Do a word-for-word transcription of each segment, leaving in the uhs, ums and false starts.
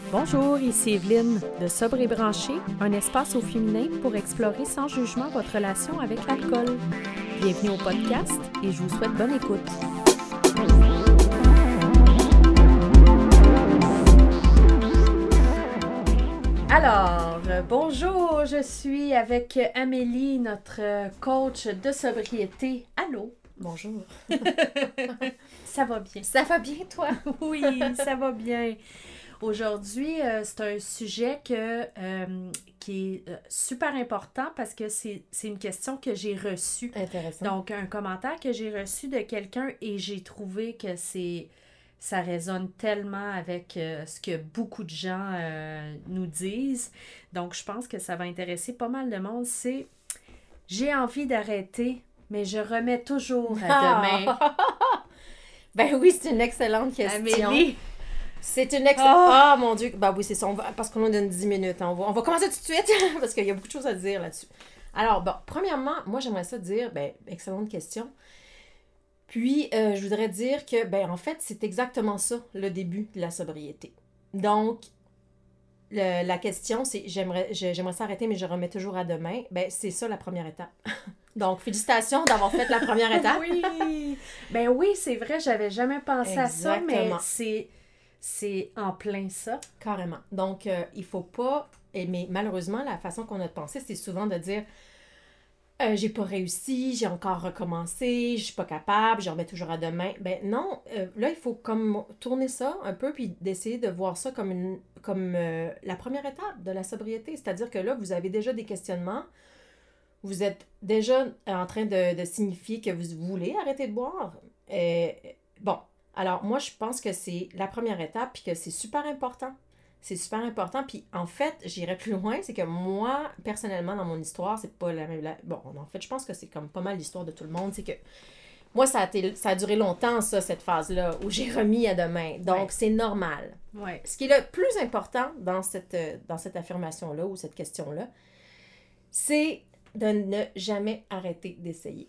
Bonjour, ici Evelyne de Sobre et Branché, un espace au féminin pour explorer sans jugement votre relation avec l'alcool. Bienvenue au podcast et je vous souhaite bonne écoute. Alors, bonjour, je suis avec Amélie, notre coach de sobriété. Allô? Bonjour. Ça va bien? Ça va bien, toi? Oui, ça va bien. Aujourd'hui, euh, c'est un sujet que, euh, qui est euh, super important parce que c'est, c'est une question que j'ai reçue. Intéressant. Donc, un commentaire que j'ai reçu de quelqu'un et j'ai trouvé que c'est ça résonne tellement avec euh, ce que beaucoup de gens euh, nous disent. Donc, je pense que ça va intéresser pas mal de monde. C'est « J'ai envie d'arrêter, mais je remets toujours à demain. » Ben oui, c'est une excellente question. Amélie! C'est une excellente... Ah, oh, mon Dieu! Ben oui, c'est ça. On va... Parce qu'on nous donne dix minutes. Hein. On, va... on va commencer tout de suite parce qu'il y a beaucoup de choses à dire là-dessus. Alors, bon, premièrement, moi, j'aimerais ça dire, ben, excellente question. Puis, euh, je voudrais dire que, ben, en fait, c'est exactement ça, le début de la sobriété. Donc, le, la question, c'est j'aimerais, j'aimerais s'arrêter, mais je remets toujours à demain. Ben, c'est ça la première étape. Donc, félicitations d'avoir fait la première étape. Oui! Ben oui, c'est vrai, j'avais jamais pensé Exactement. à ça, mais c'est, c'est en plein ça. Carrément. Donc, euh, il faut pas... Et, mais malheureusement, la façon qu'on a de penser, c'est souvent de dire euh, « J'ai pas réussi, j'ai encore recommencé, je suis pas capable, je remets toujours à demain. » Ben non, euh, là, il faut comme tourner ça un peu puis d'essayer de voir ça comme, une, comme euh, la première étape de la sobriété. C'est-à-dire que là, vous avez déjà des questionnements. Vous êtes déjà en train de, de signifier que vous voulez arrêter de boire. Et, bon, alors moi, je pense que c'est la première étape puis que c'est super important. C'est super important. Puis en fait, j'irais plus loin, c'est que moi, personnellement, dans mon histoire, c'est pas la même... La... Bon, en fait, je pense que c'est comme pas mal l'histoire de tout le monde. C'est que moi, ça a, été, ça a duré longtemps, ça, cette phase-là, où j'ai remis à demain. Donc, ouais. C'est normal. Ouais. Ce qui est le plus important dans cette, dans cette affirmation-là ou cette question-là, c'est de ne jamais arrêter d'essayer.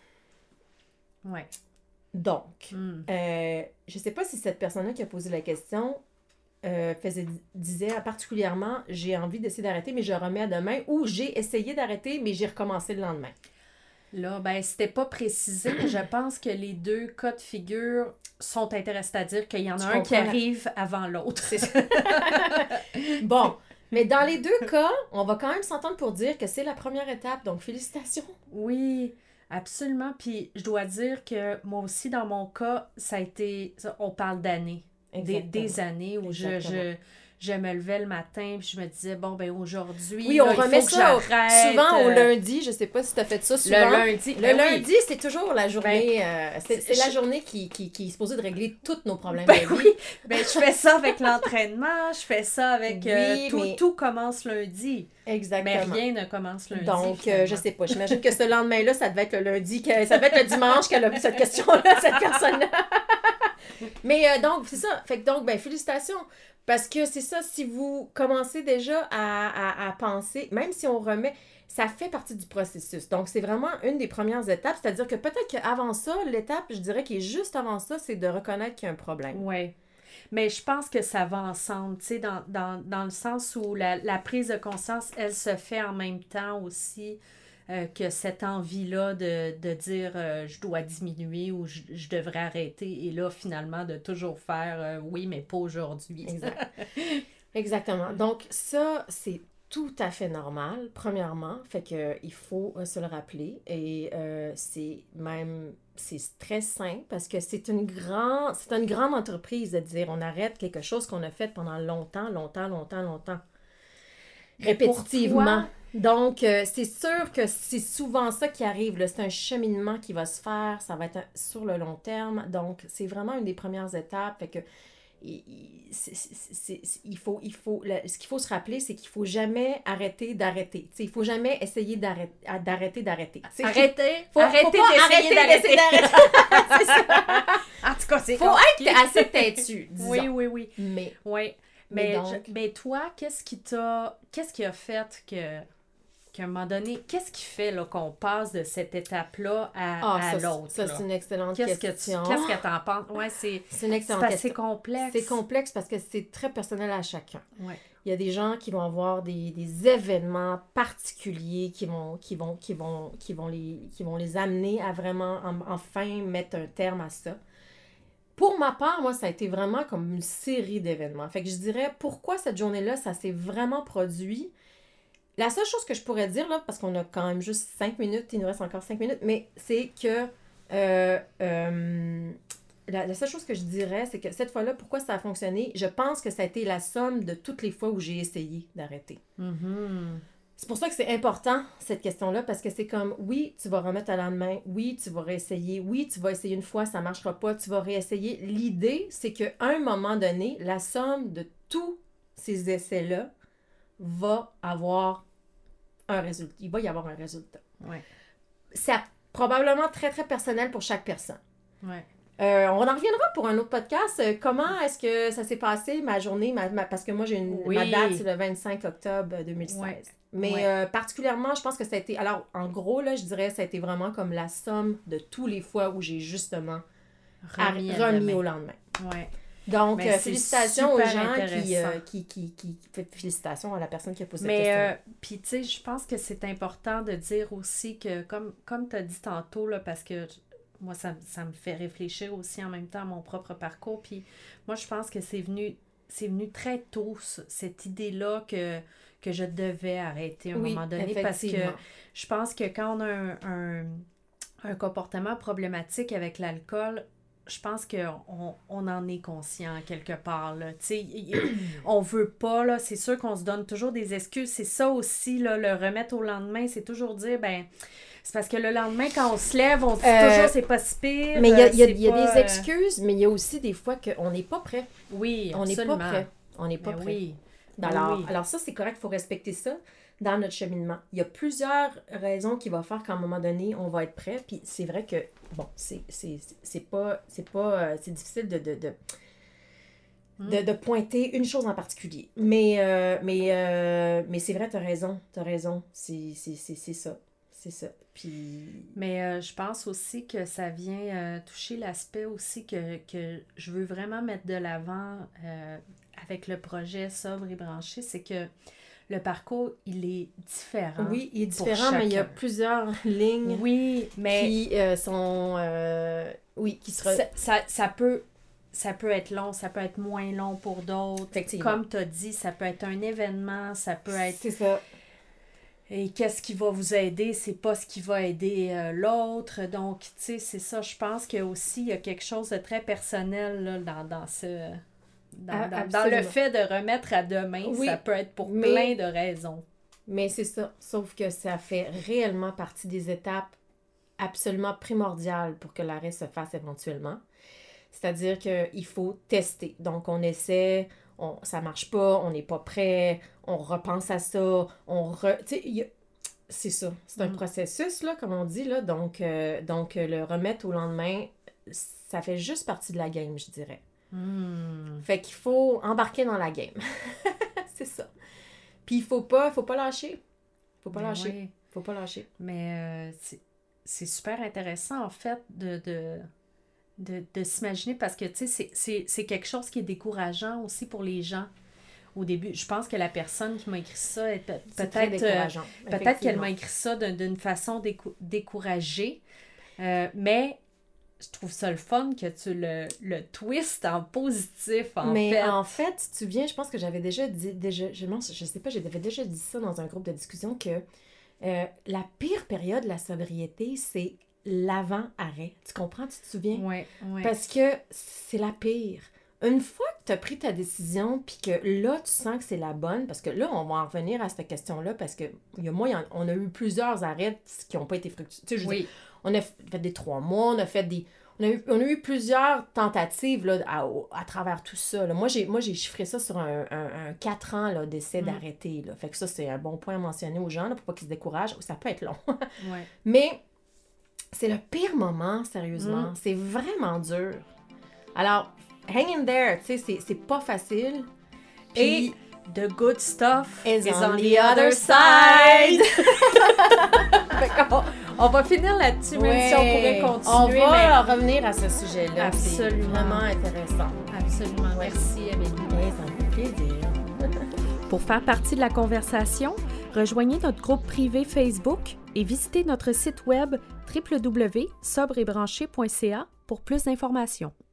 Oui. Donc, mm. euh, je ne sais pas si cette personne-là qui a posé la question euh, faisait, disait particulièrement « j'ai envie d'essayer d'arrêter, mais je remets à demain » ou « j'ai essayé d'arrêter, mais j'ai recommencé le lendemain ». Là, ben, c'était pas précisé, mais je pense que les deux cas de figure sont intéressants, c'est-à-dire qu'il y en a tu un qui arrive avant l'autre. C'est ça. Bon. Mais dans les deux cas, on va quand même s'entendre pour dire que c'est la première étape. Donc, félicitations. Oui, absolument. Puis, je dois dire que moi aussi, dans mon cas, ça a été... On parle d'années. Des, des années où je, je, je me levais le matin puis je me disais, bon, ben aujourd'hui, oui, on là, remet il faut ça que j'arrête. Souvent au lundi. Je sais pas si tu as fait ça souvent. Le lundi. Le ben lundi, oui. c'est toujours la journée... Ben, euh, c'est c'est je... la journée qui, qui, qui est supposée de régler tous nos problèmes ben de vie. Oui. Ben, je fais ça avec l'entraînement, je fais ça avec... Oui, euh, tout, mais... tout commence lundi. Exactement. Mais rien ne commence lundi. Donc, euh, je sais pas. J'imagine que ce lendemain-là, ça devait être le lundi, que, ça devait être le dimanche qu'elle a vu cette question-là, cette personne-là. Mais euh, donc, c'est ça. Fait que donc, ben, félicitations. Parce que c'est ça, si vous commencez déjà à, à, à penser, même si on remet, ça fait partie du processus. Donc, c'est vraiment une des premières étapes. C'est-à-dire que peut-être qu'avant ça, l'étape, je dirais, qui est juste avant ça, c'est de reconnaître qu'il y a un problème. Oui. Mais je pense que ça va ensemble, tu sais, dans, dans, dans le sens où la, la prise de conscience, elle se fait en même temps aussi euh, que cette envie-là de, de dire euh, je dois diminuer ou je, je devrais arrêter et là, finalement, de toujours faire euh, oui, mais pas aujourd'hui. Exact. Exactement. Donc, ça, c'est tout à fait normal, premièrement. Fait que il faut euh, se le rappeler et euh, c'est même... C'est très sain parce que c'est une, grand, c'est une grande entreprise de dire on arrête quelque chose qu'on a fait pendant longtemps, longtemps, longtemps, longtemps. Répétitivement. Donc, euh, c'est sûr que c'est souvent ça qui arrive. Là. C'est un cheminement qui va se faire. Ça va être un, sur le long terme. Donc, c'est vraiment une des premières étapes. Fait que il, c'est, c'est, c'est, il faut, il faut, le, ce qu'il faut se rappeler, c'est qu'il ne faut jamais arrêter d'arrêter. T'sais, il ne faut jamais essayer d'arrêter d'arrêter. d'arrêter. Arrêter, faut, arrêter faut d'essayer arrêter d'arrêter. d'arrêter. C'est ça. En tout cas, c'est faut compliqué. être assez têtu, disons. Oui, oui, oui. Mais, oui. mais, mais, donc... je, mais toi, qu'est-ce qui t'a... Qu'est-ce qui a fait que... qu'à un moment donné, qu'est-ce qui fait là, qu'on passe de cette étape-là à, ah, à ça, l'autre? Ça, là? c'est une excellente qu'est-ce question. Que tu, qu'est-ce que tu en penses? Ouais, c'est, c'est une excellente c'est question. C'est complexe. C'est complexe parce que c'est très personnel à chacun. Ouais. Il y a des gens qui vont avoir des, des événements particuliers qui vont, qui, vont, qui, vont, qui, vont les, qui vont les amener à vraiment en, enfin mettre un terme à ça. Pour ma part, moi, ça a été vraiment comme une série d'événements. Fait que je dirais, pourquoi cette journée-là, ça s'est vraiment produit? La seule chose que je pourrais dire, là, parce qu'on a quand même juste cinq minutes, il nous reste encore cinq minutes, mais c'est que euh, euh, la, la seule chose que je dirais, c'est que cette fois-là, pourquoi ça a fonctionné? Je pense que ça a été la somme de toutes les fois où j'ai essayé d'arrêter. Mm-hmm. C'est pour ça que c'est important, cette question-là, parce que c'est comme, oui, tu vas remettre à lendemain, oui, tu vas réessayer, oui, tu vas essayer une fois, ça ne marchera pas, tu vas réessayer. L'idée, c'est qu'à un moment donné, la somme de tous ces essais-là va avoir un résultat. Il va y avoir un résultat. Ouais. C'est probablement très, très personnel pour chaque personne. Ouais. Euh, on en reviendra pour un autre podcast. Euh, comment est-ce que ça s'est passé, ma journée? Ma, ma, parce que moi, j'ai une, oui. ma date, c'est le vingt-cinq octobre deux mille seize. Ouais. Mais ouais. euh, particulièrement, je pense que ça a été... Alors, en gros, là, je dirais ça a été vraiment comme la somme de tous les fois où j'ai justement remis, à, remis au lendemain. Ouais. Donc, euh, félicitations aux gens qui, euh, qui, qui, qui, qui... Félicitations à la personne qui a posé Mais, cette question. Euh, Puis, tu sais, je pense que c'est important de dire aussi que, comme, comme tu as dit tantôt, là, parce que... Moi, ça, ça me fait réfléchir aussi en même temps à mon propre parcours. Puis moi, je pense que c'est venu, c'est venu très tôt, cette idée-là que, que je devais arrêter à un oui, moment donné. Parce que je pense que quand on a un, un, un comportement problématique avec l'alcool, je pense qu'on on en est conscient quelque part. Là. On veut pas, là, c'est sûr qu'on se donne toujours des excuses. C'est ça aussi, là, le remettre au lendemain, c'est toujours dire, ben c'est parce que le lendemain, quand on se lève, on se dit euh, toujours c'est pas si pire. Mais il y a, y a, y a pas, des excuses, mais il y a aussi des fois qu'on n'est pas prêt. Oui, on n'est pas prêt. On n'est pas mais prêt. Oui. Alors, oui. alors ça, c'est correct, il faut respecter ça dans notre cheminement. Il y a plusieurs raisons qui vont faire qu'à un moment donné, on va être prêt. Puis c'est vrai que, bon, c'est, c'est, c'est pas, c'est pas, euh, c'est difficile de, de, de, mm. de, de pointer une chose en particulier. Mais, euh, mais, euh, mais c'est vrai, t'as raison, t'as raison. C'est, c'est, c'est, c'est ça. C'est ça. Puis... Mais euh, je pense aussi que ça vient euh, toucher l'aspect aussi que, que je veux vraiment mettre de l'avant euh, avec le projet Sobre et Branché, c'est que le parcours, il est différent. Oui, il est différent, mais il y a plusieurs lignes oui, mais qui euh, sont... Euh, oui, qui sera... Ça, ça, ça, peut, ça peut être long, ça peut être moins long pour d'autres. Comme tu as dit, ça peut être un événement, ça peut être... C'est ça. Et qu'est-ce qui va vous aider, c'est pas ce qui va aider euh, l'autre. Donc, tu sais, c'est ça. Je pense qu'il y a aussi il y a quelque chose de très personnel là, dans, dans ce... Dans, ah, dans, dans le fait de remettre à demain, oui, ça peut être pour mais, plein de raisons. Mais c'est ça. Sauf que ça fait réellement partie des étapes absolument primordiales pour que l'arrêt se fasse éventuellement. C'est-à-dire qu'il faut tester. Donc, on essaie... On, ça marche pas, on n'est pas prêt, on repense à ça, on re... Tu sais, y a... c'est ça. C'est un mm. processus, là, comme on dit, là. Donc, euh, donc, le remettre au lendemain, ça fait juste partie de la game, je dirais. Mm. Fait qu'il faut embarquer dans la game. C'est ça. Puis, il faut pas, faut pas lâcher. Faut pas Mais lâcher. Oui. Faut pas lâcher. Mais euh, c'est, c'est super intéressant, en fait, de... de... De, de s'imaginer parce que, tu sais, c'est, c'est, c'est quelque chose qui est décourageant aussi pour les gens. Au début, je pense que la personne qui m'a écrit ça, est peut- peut-être, euh, peut-être qu'elle m'a écrit ça d'une, d'une façon décou- découragée. Euh, mais je trouve ça le fun que tu le, le twist en positif, en mais fait. Mais en fait, tu te souviens, je pense que j'avais déjà dit, déjà, je ne sais pas, j'avais déjà dit ça dans un groupe de discussion que euh, la pire période de la sobriété, c'est l'avant-arrêt. Tu comprends? Tu te souviens? Oui, oui. Parce que c'est la pire. Une fois que tu as pris ta décision, puis que là, tu sens que c'est la bonne, parce que là, on va en revenir à cette question-là, parce que il y a moi, on a eu plusieurs arrêts qui n'ont pas été fructueux. Tu sais, je veux oui. dire, on a fait des trois mois, on a fait des... On a eu, on a eu plusieurs tentatives là, à, à travers tout ça. Là. Moi, j'ai, moi, j'ai chiffré ça sur un, un, un quatre ans là, d'essai mm. d'arrêter. Là. Fait que ça, c'est un bon point à mentionner aux gens, là, pour pas qu'ils se découragent. Ça peut être long. ouais. Mais... c'est le pire moment, sérieusement. Mm. C'est vraiment dur. Alors, hang in there, tu sais, c'est, c'est pas facile. Puis, Et The good stuff is, is on, on the, the other other side. Fait qu'on- on va finir là-dessus, même Ouais. si on pourrait continuer. On va mais... revenir à ce sujet-là. Absolument. C'est vraiment intéressant. Absolument. Merci, Amélie. Oui, ça me fait plaisir. Pour faire partie de la conversation, rejoignez notre groupe privé Facebook et visitez notre site web w w w point sobre et branché point c a pour plus d'informations.